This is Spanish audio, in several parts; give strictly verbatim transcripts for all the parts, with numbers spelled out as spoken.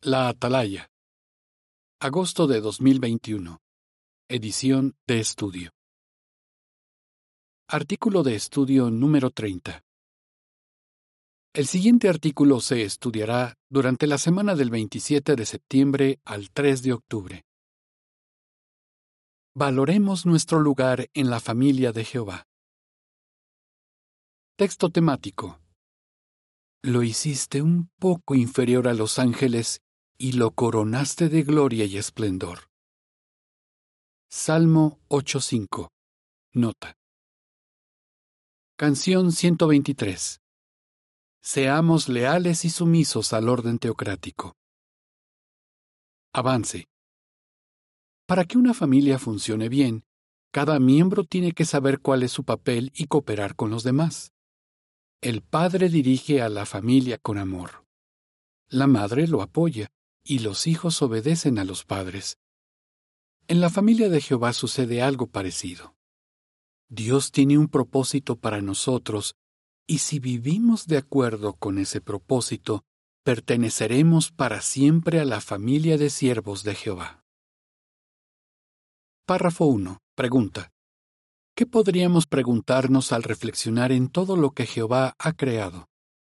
La Atalaya. Agosto de dos mil veintiuno. Edición de estudio. Artículo de estudio número treinta. El siguiente artículo se estudiará durante la semana del veintisiete de septiembre al tres de octubre. Valoremos nuestro lugar en la familia de Jehová. Texto temático. Lo hiciste un poco inferior a los ángeles y lo coronaste de gloria y esplendor. Salmo ocho cinco. Nota. Canción ciento veintitrés. Seamos leales y sumisos al orden teocrático. Avance. Para que una familia funcione bien, cada miembro tiene que saber cuál es su papel y cooperar con los demás. El padre dirige a la familia con amor. La madre lo apoya, y los hijos obedecen a los padres. En la familia de Jehová sucede algo parecido. Dios tiene un propósito para nosotros, y si vivimos de acuerdo con ese propósito, perteneceremos para siempre a la familia de siervos de Jehová. Párrafo uno. Pregunta. ¿Qué podríamos preguntarnos al reflexionar en todo lo que Jehová ha creado?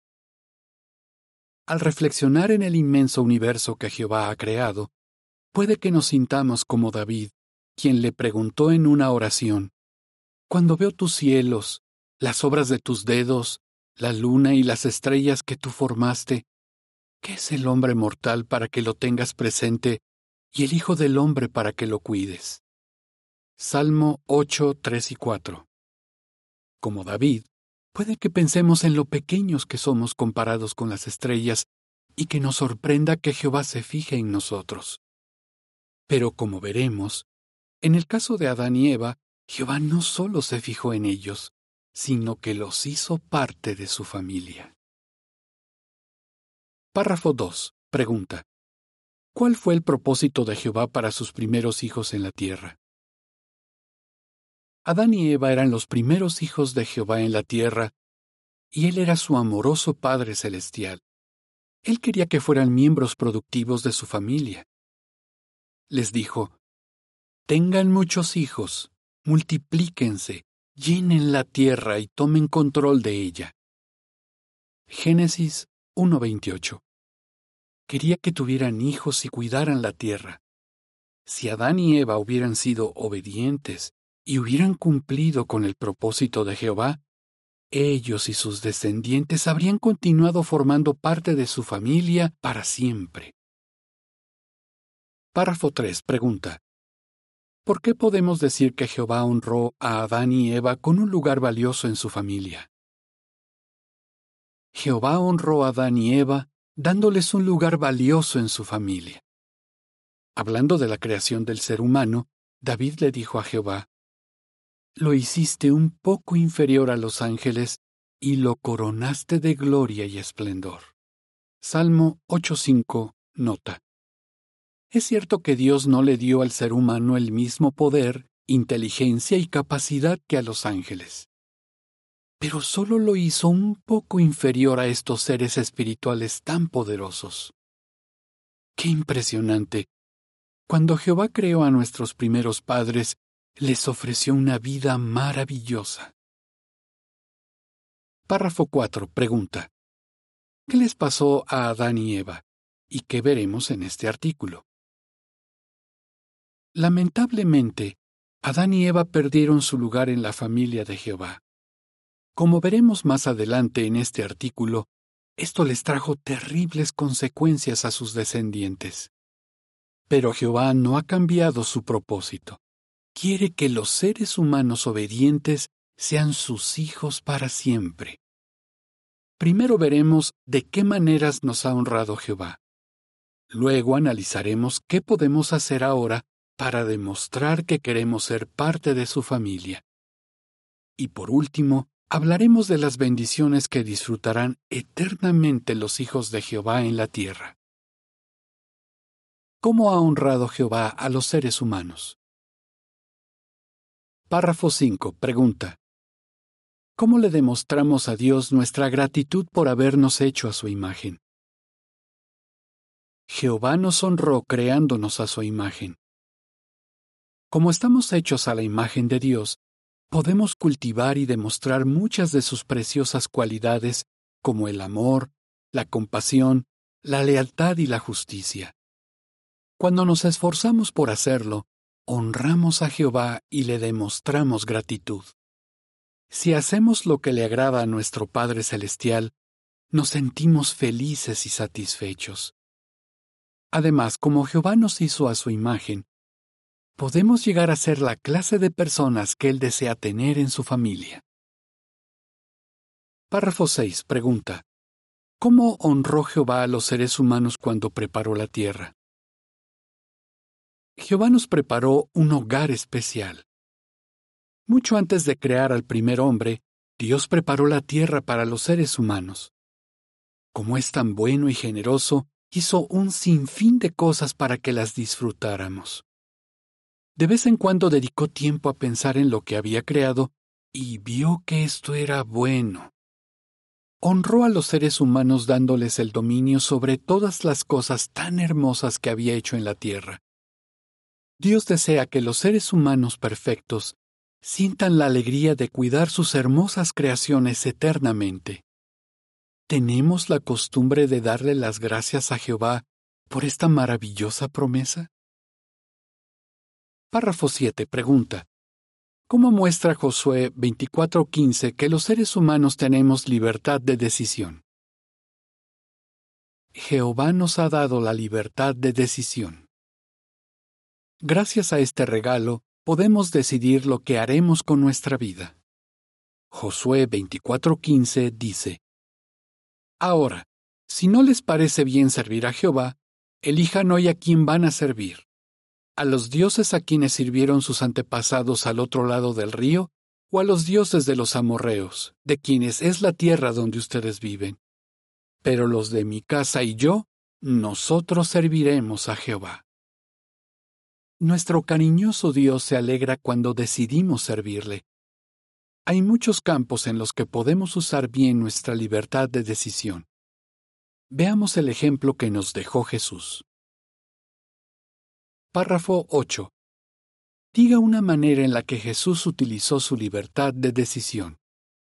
Al reflexionar en el inmenso universo que Jehová ha creado, puede que nos sintamos como David, quien le preguntó en una oración: Cuando veo tus cielos, las obras de tus dedos, la luna y las estrellas que tú formaste, ¿qué es el hombre mortal para que lo tengas presente y el Hijo del hombre para que lo cuides? Salmo ocho, tres y cuatro. Como David, puede que pensemos en lo pequeños que somos comparados con las estrellas y que nos sorprenda que Jehová se fije en nosotros. Pero como veremos, en el caso de Adán y Eva, Jehová no solo se fijó en ellos, sino que los hizo parte de su familia. Párrafo dos. Pregunta. ¿Cuál fue el propósito de Jehová para sus primeros hijos en la tierra? Adán y Eva eran los primeros hijos de Jehová en la tierra, y Él era su amoroso Padre Celestial. Él quería que fueran miembros productivos de su familia. Les dijo: Tengan muchos hijos, multiplíquense, llenen la tierra y tomen control de ella. Génesis uno veintiocho. Quería que tuvieran hijos y cuidaran la tierra. Si Adán y Eva hubieran sido obedientes y hubieran cumplido con el propósito de Jehová, ellos y sus descendientes habrían continuado formando parte de su familia para siempre. Párrafo tres. Pregunta. ¿Por qué podemos decir que Jehová honró a Adán y Eva con un lugar valioso en su familia? Jehová honró a Adán y Eva dándoles un lugar valioso en su familia. Hablando de la creación del ser humano, David le dijo a Jehová: Lo hiciste un poco inferior a los ángeles y lo coronaste de gloria y esplendor. Salmo ocho cinco. Nota. Es cierto que Dios no le dio al ser humano el mismo poder, inteligencia y capacidad que a los ángeles, pero solo lo hizo un poco inferior a estos seres espirituales tan poderosos. ¡Qué impresionante! Cuando Jehová creó a nuestros primeros padres, les ofreció una vida maravillosa. Párrafo cuatro. Pregunta. ¿Qué les pasó a Adán y Eva? ¿Y qué veremos en este artículo? Lamentablemente, Adán y Eva perdieron su lugar en la familia de Jehová. Como veremos más adelante en este artículo, esto les trajo terribles consecuencias a sus descendientes. Pero Jehová no ha cambiado su propósito. Quiere que los seres humanos obedientes sean sus hijos para siempre. Primero veremos de qué maneras nos ha honrado Jehová. Luego analizaremos qué podemos hacer ahora para demostrar que queremos ser parte de su familia. Y por último, hablaremos de las bendiciones que disfrutarán eternamente los hijos de Jehová en la tierra. ¿Cómo ha honrado Jehová a los seres humanos? Párrafo cinco. Pregunta. ¿Cómo le demostramos a Dios nuestra gratitud por habernos hecho a su imagen? Jehová nos honró creándonos a su imagen. Como estamos hechos a la imagen de Dios, podemos cultivar y demostrar muchas de sus preciosas cualidades como el amor, la compasión, la lealtad y la justicia. Cuando nos esforzamos por hacerlo, honramos a Jehová y le demostramos gratitud. Si hacemos lo que le agrada a nuestro Padre Celestial, nos sentimos felices y satisfechos. Además, como Jehová nos hizo a su imagen, podemos llegar a ser la clase de personas que Él desea tener en su familia. Párrafo seis. Pregunta: ¿cómo honró Jehová a los seres humanos cuando preparó la tierra? Jehová nos preparó un hogar especial. Mucho antes de crear al primer hombre, Dios preparó la tierra para los seres humanos. Como es tan bueno y generoso, hizo un sinfín de cosas para que las disfrutáramos. De vez en cuando dedicó tiempo a pensar en lo que había creado y vio que esto era bueno. Honró a los seres humanos dándoles el dominio sobre todas las cosas tan hermosas que había hecho en la tierra. Dios desea que los seres humanos perfectos sientan la alegría de cuidar sus hermosas creaciones eternamente. ¿Tenemos la costumbre de darle las gracias a Jehová por esta maravillosa promesa? Párrafo siete. Pregunta: ¿cómo muestra Josué veinticuatro quince que los seres humanos tenemos libertad de decisión? Jehová nos ha dado la libertad de decisión. Gracias a este regalo, podemos decidir lo que haremos con nuestra vida. Josué veinticuatro quince dice: Ahora, si no les parece bien servir a Jehová, elijan hoy a quién van a servir: a los dioses a quienes sirvieron sus antepasados al otro lado del río, o a los dioses de los amorreos, de quienes es la tierra donde ustedes viven. Pero los de mi casa y yo, nosotros serviremos a Jehová. Nuestro cariñoso Dios se alegra cuando decidimos servirle. Hay muchos campos en los que podemos usar bien nuestra libertad de decisión. Veamos el ejemplo que nos dejó Jesús. Párrafo ocho. Diga una manera en la que Jesús utilizó su libertad de decisión.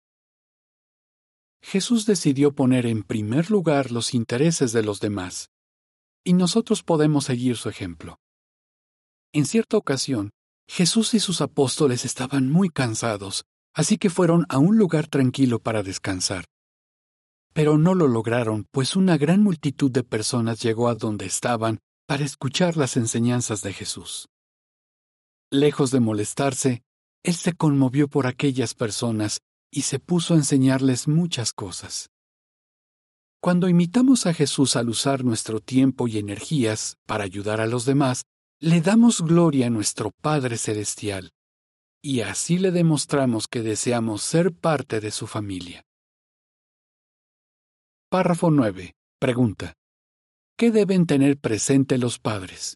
Jesús decidió poner en primer lugar los intereses de los demás, y nosotros podemos seguir su ejemplo. En cierta ocasión, Jesús y sus apóstoles estaban muy cansados, así que fueron a un lugar tranquilo para descansar. Pero no lo lograron, pues una gran multitud de personas llegó a donde estaban para escuchar las enseñanzas de Jesús. Lejos de molestarse, Él se conmovió por aquellas personas y se puso a enseñarles muchas cosas. Cuando imitamos a Jesús al usar nuestro tiempo y energías para ayudar a los demás, le damos gloria a nuestro Padre Celestial, y así le demostramos que deseamos ser parte de su familia. Párrafo nueve. Pregunta: ¿qué deben tener presente los padres?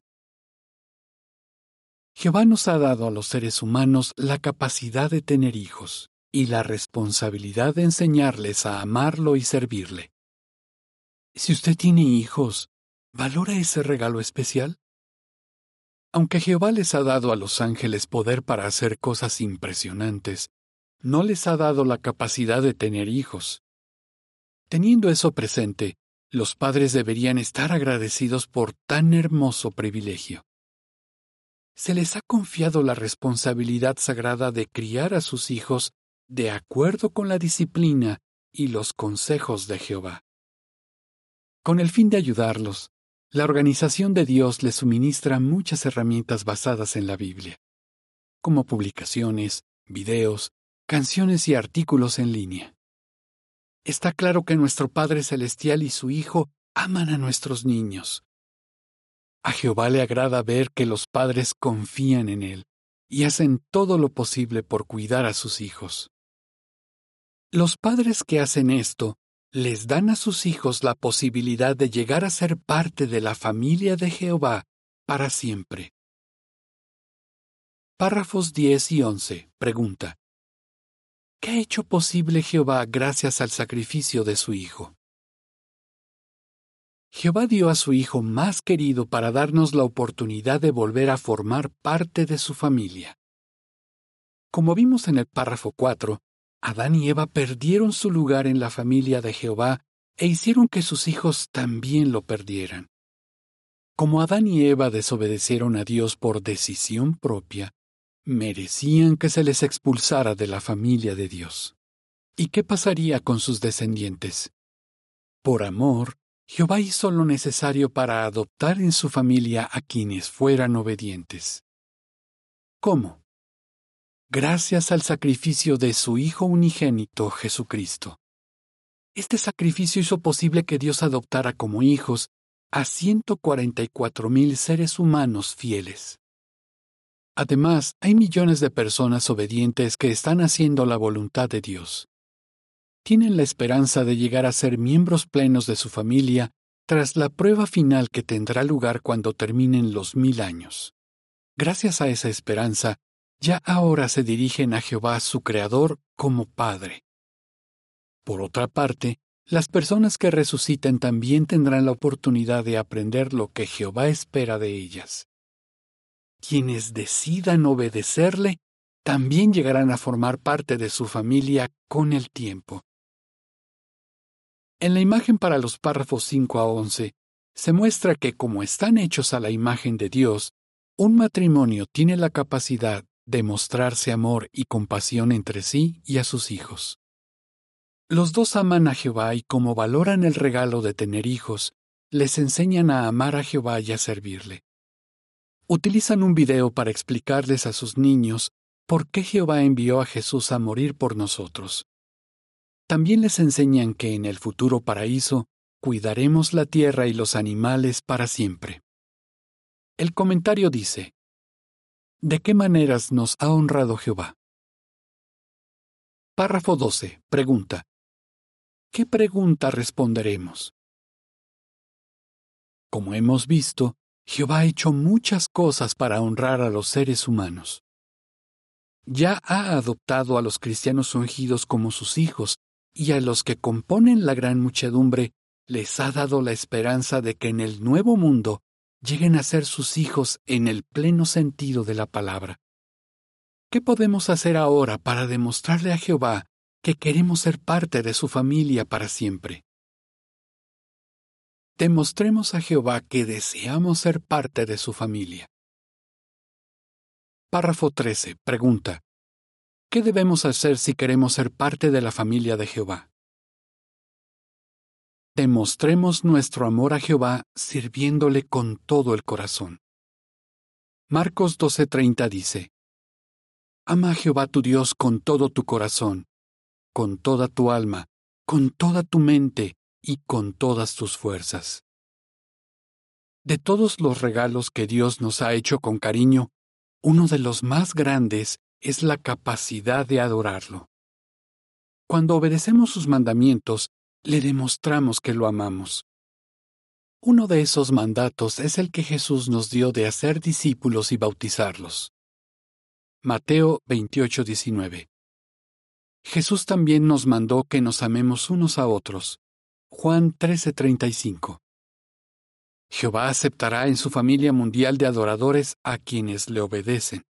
Jehová nos ha dado a los seres humanos la capacidad de tener hijos y la responsabilidad de enseñarles a amarlo y servirle. Si usted tiene hijos, ¿valora ese regalo especial? Aunque Jehová les ha dado a los ángeles poder para hacer cosas impresionantes, no les ha dado la capacidad de tener hijos. Teniendo eso presente, los padres deberían estar agradecidos por tan hermoso privilegio. Se les ha confiado la responsabilidad sagrada de criar a sus hijos de acuerdo con la disciplina y los consejos de Jehová. Con el fin de ayudarlos, la organización de Dios les suministra muchas herramientas basadas en la Biblia, como publicaciones, videos, canciones y artículos en línea. Está claro que nuestro Padre Celestial y su Hijo aman a nuestros niños. A Jehová le agrada ver que los padres confían en Él y hacen todo lo posible por cuidar a sus hijos. Los padres que hacen esto les dan a sus hijos la posibilidad de llegar a ser parte de la familia de Jehová para siempre. Párrafos diez y once. Pregunta: ¿qué ha hecho posible Jehová gracias al sacrificio de su Hijo? Jehová dio a su Hijo más querido para darnos la oportunidad de volver a formar parte de su familia. Como vimos en el párrafo cuatro, Adán y Eva perdieron su lugar en la familia de Jehová e hicieron que sus hijos también lo perdieran. Como Adán y Eva desobedecieron a Dios por decisión propia, merecían que se les expulsara de la familia de Dios. ¿Y qué pasaría con sus descendientes? Por amor, Jehová hizo lo necesario para adoptar en su familia a quienes fueran obedientes. ¿Cómo? Gracias al sacrificio de su Hijo unigénito, Jesucristo. Este sacrificio hizo posible que Dios adoptara como hijos a ciento cuarenta y cuatro mil seres humanos fieles. Además, hay millones de personas obedientes que están haciendo la voluntad de Dios. Tienen la esperanza de llegar a ser miembros plenos de su familia tras la prueba final que tendrá lugar cuando terminen los mil años. Gracias a esa esperanza, ya ahora se dirigen a Jehová su Creador como Padre. Por otra parte, las personas que resuciten también tendrán la oportunidad de aprender lo que Jehová espera de ellas. Quienes decidan obedecerle también llegarán a formar parte de su familia con el tiempo. En la imagen para los párrafos cinco a once, se muestra que como están hechos a la imagen de Dios, un matrimonio tiene la capacidad de mostrarse amor y compasión entre sí y a sus hijos. Los dos aman a Jehová y como valoran el regalo de tener hijos, les enseñan a amar a Jehová y a servirle. Utilizan un video para explicarles a sus niños por qué Jehová envió a Jesús a morir por nosotros. También les enseñan que en el futuro paraíso cuidaremos la tierra y los animales para siempre. El comentario dice: ¿de qué maneras nos ha honrado Jehová? Párrafo doce. Pregunta. ¿Qué pregunta responderemos? Como hemos visto, Jehová ha hecho muchas cosas para honrar a los seres humanos. Ya ha adoptado a los cristianos ungidos como sus hijos, y a los que componen la gran muchedumbre les ha dado la esperanza de que en el nuevo mundo lleguen a ser sus hijos en el pleno sentido de la palabra. ¿Qué podemos hacer ahora para demostrarle a Jehová que queremos ser parte de su familia para siempre? Demostremos a Jehová que deseamos ser parte de su familia. Párrafo trece. Pregunta. ¿Qué debemos hacer si queremos ser parte de la familia de Jehová? Demostremos nuestro amor a Jehová sirviéndole con todo el corazón. Marcos doce treinta dice: Ama a Jehová tu Dios con todo tu corazón, con toda tu alma, con toda tu mente y con todas tus fuerzas. De todos los regalos que Dios nos ha hecho con cariño, uno de los más grandes es la capacidad de adorarlo. Cuando obedecemos sus mandamientos, le demostramos que lo amamos. Uno de esos mandatos es el que Jesús nos dio de hacer discípulos y bautizarlos. Mateo veintiocho diecinueve. Jesús también nos mandó que nos amemos unos a otros. Juan trece treinta y cinco. Jehová aceptará en su familia mundial de adoradores a quienes le obedecen.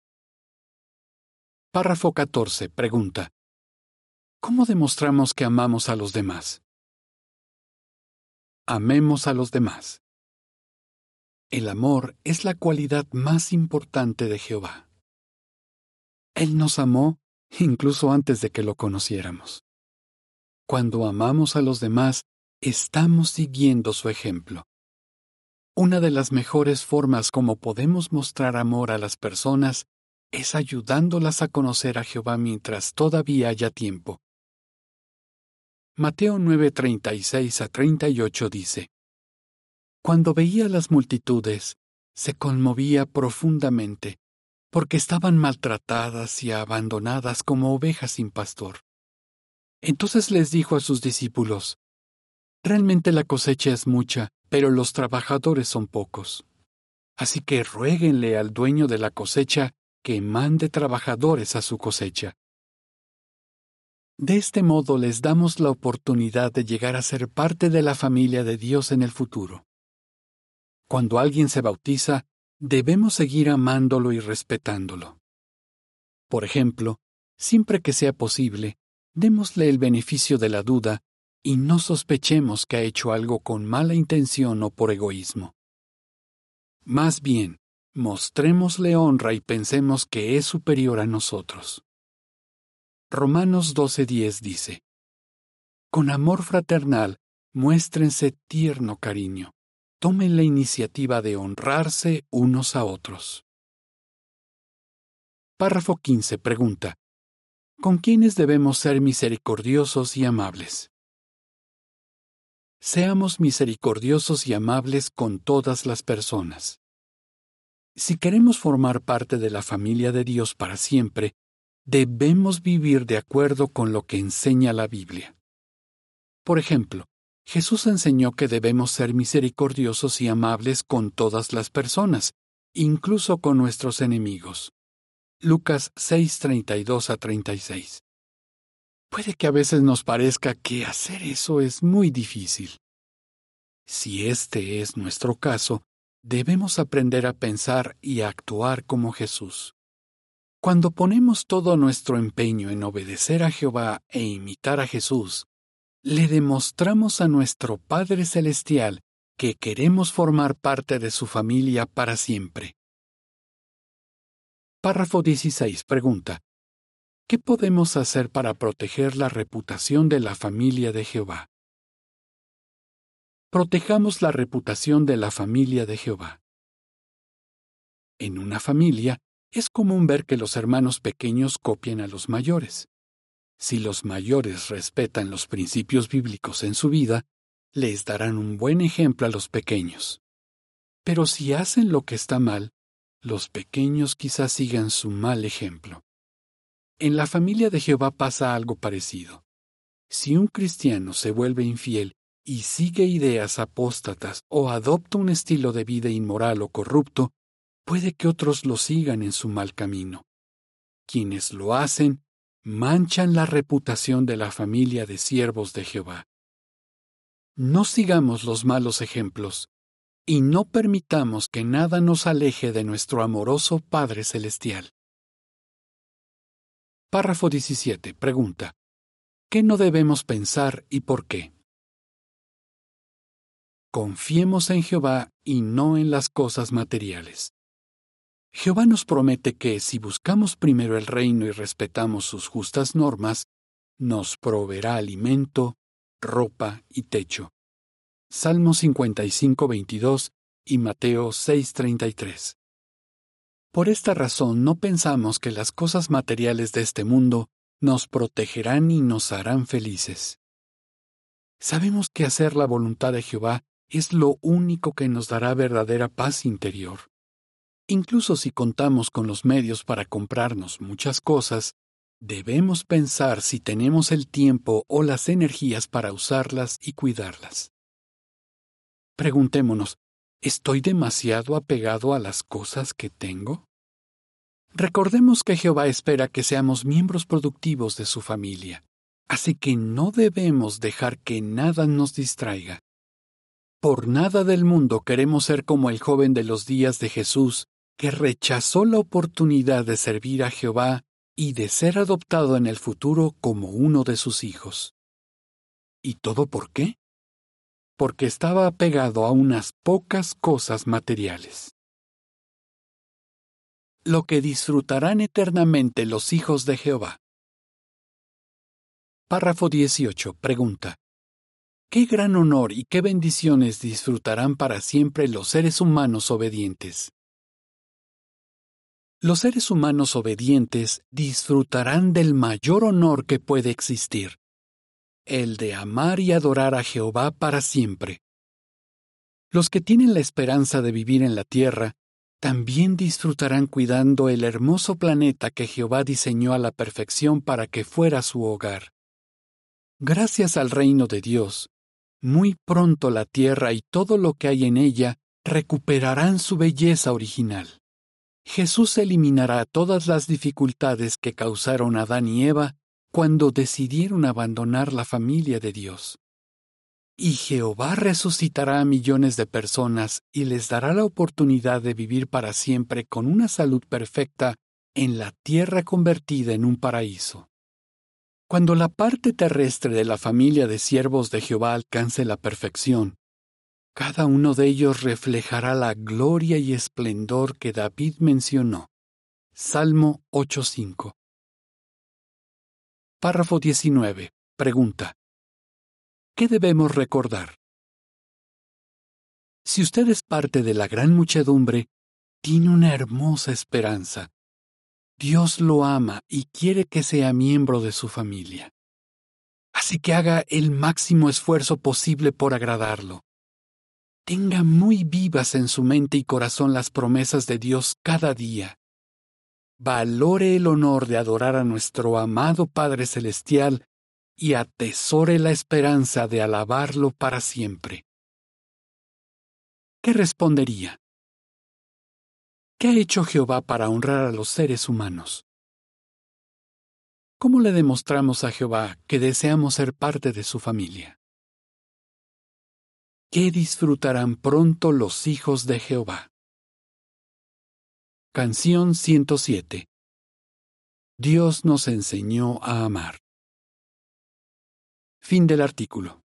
Párrafo catorce. Pregunta. ¿Cómo demostramos que amamos a los demás? Amemos a los demás. El amor es la cualidad más importante de Jehová. Él nos amó incluso antes de que lo conociéramos. Cuando amamos a los demás, estamos siguiendo su ejemplo. Una de las mejores formas como podemos mostrar amor a las personas es ayudándolas a conocer a Jehová mientras todavía haya tiempo. Mateo nueve treinta y seis a treinta y ocho dice: Cuando veía las multitudes, se conmovía profundamente, porque estaban maltratadas y abandonadas como ovejas sin pastor. Entonces les dijo a sus discípulos: Realmente la cosecha es mucha, pero los trabajadores son pocos. Así que ruéguenle al dueño de la cosecha que mande trabajadores a su cosecha. De este modo les damos la oportunidad de llegar a ser parte de la familia de Dios en el futuro. Cuando alguien se bautiza, debemos seguir amándolo y respetándolo. Por ejemplo, siempre que sea posible, démosle el beneficio de la duda y no sospechemos que ha hecho algo con mala intención o por egoísmo. Más bien, mostrémosle honra y pensemos que es superior a nosotros. Romanos doce diez dice: Con amor fraternal, muéstrense tierno cariño. Tomen la iniciativa de honrarse unos a otros. Párrafo quince pregunta: ¿con quiénes debemos ser misericordiosos y amables? Seamos misericordiosos y amables con todas las personas. Si queremos formar parte de la familia de Dios para siempre, debemos vivir de acuerdo con lo que enseña la Biblia. Por ejemplo, Jesús enseñó que debemos ser misericordiosos y amables con todas las personas, incluso con nuestros enemigos. Lucas seis, treinta y dos a treinta y seis. Puede que a veces nos parezca que hacer eso es muy difícil. Si este es nuestro caso, debemos aprender a pensar y a actuar como Jesús. Cuando ponemos todo nuestro empeño en obedecer a Jehová e imitar a Jesús, le demostramos a nuestro Padre Celestial que queremos formar parte de su familia para siempre. Párrafo dieciséis pregunta: ¿qué podemos hacer para proteger la reputación de la familia de Jehová? Protejamos la reputación de la familia de Jehová. En una familia, es común ver que los hermanos pequeños copian a los mayores. Si los mayores respetan los principios bíblicos en su vida, les darán un buen ejemplo a los pequeños. Pero si hacen lo que está mal, los pequeños quizás sigan su mal ejemplo. En la familia de Jehová pasa algo parecido. Si un cristiano se vuelve infiel y sigue ideas apóstatas o adopta un estilo de vida inmoral o corrupto, puede que otros lo sigan en su mal camino. Quienes lo hacen, manchan la reputación de la familia de siervos de Jehová. No sigamos los malos ejemplos y no permitamos que nada nos aleje de nuestro amoroso Padre Celestial. Párrafo diecisiete. Pregunta: ¿qué no debemos pensar y por qué? Confiemos en Jehová y no en las cosas materiales. Jehová nos promete que, si buscamos primero el reino y respetamos sus justas normas, nos proveerá alimento, ropa y techo. Salmo cincuenta y cinco, veintidós y Mateo seis, treinta y tres. Por esta razón no pensamos que las cosas materiales de este mundo nos protegerán y nos harán felices. Sabemos que hacer la voluntad de Jehová es lo único que nos dará verdadera paz interior. Incluso si contamos con los medios para comprarnos muchas cosas, debemos pensar si tenemos el tiempo o las energías para usarlas y cuidarlas. Preguntémonos: ¿estoy demasiado apegado a las cosas que tengo? Recordemos que Jehová espera que seamos miembros productivos de su familia, así que no debemos dejar que nada nos distraiga. Por nada del mundo queremos ser como el joven de los días de Jesús, que rechazó la oportunidad de servir a Jehová y de ser adoptado en el futuro como uno de sus hijos. ¿Y todo por qué? Porque estaba apegado a unas pocas cosas materiales. Lo que disfrutarán eternamente los hijos de Jehová. Párrafo dieciocho. Pregunta: ¿qué gran honor y qué bendiciones disfrutarán para siempre los seres humanos obedientes? Los seres humanos obedientes disfrutarán del mayor honor que puede existir, el de amar y adorar a Jehová para siempre. Los que tienen la esperanza de vivir en la tierra también disfrutarán cuidando el hermoso planeta que Jehová diseñó a la perfección para que fuera su hogar. Gracias al reino de Dios, muy pronto la tierra y todo lo que hay en ella recuperarán su belleza original. Jesús eliminará todas las dificultades que causaron Adán y Eva cuando decidieron abandonar la familia de Dios. Y Jehová resucitará a millones de personas y les dará la oportunidad de vivir para siempre con una salud perfecta en la tierra convertida en un paraíso. Cuando la parte terrestre de la familia de siervos de Jehová alcance la perfección, cada uno de ellos reflejará la gloria y esplendor que David mencionó. Salmo ocho cinco. Párrafo diecinueve. Pregunta: ¿qué debemos recordar? Si usted es parte de la gran muchedumbre, tiene una hermosa esperanza. Dios lo ama y quiere que sea miembro de su familia. Así que haga el máximo esfuerzo posible por agradarlo. Tenga muy vivas en su mente y corazón las promesas de Dios cada día. Valore el honor de adorar a nuestro amado Padre Celestial y atesore la esperanza de alabarlo para siempre. ¿Qué respondería? ¿Qué ha hecho Jehová para honrar a los seres humanos? ¿Cómo le demostramos a Jehová que deseamos ser parte de su familia? ¿Qué disfrutarán pronto los hijos de Jehová? Canción ciento siete. Dios nos enseñó a amar. Fin del artículo.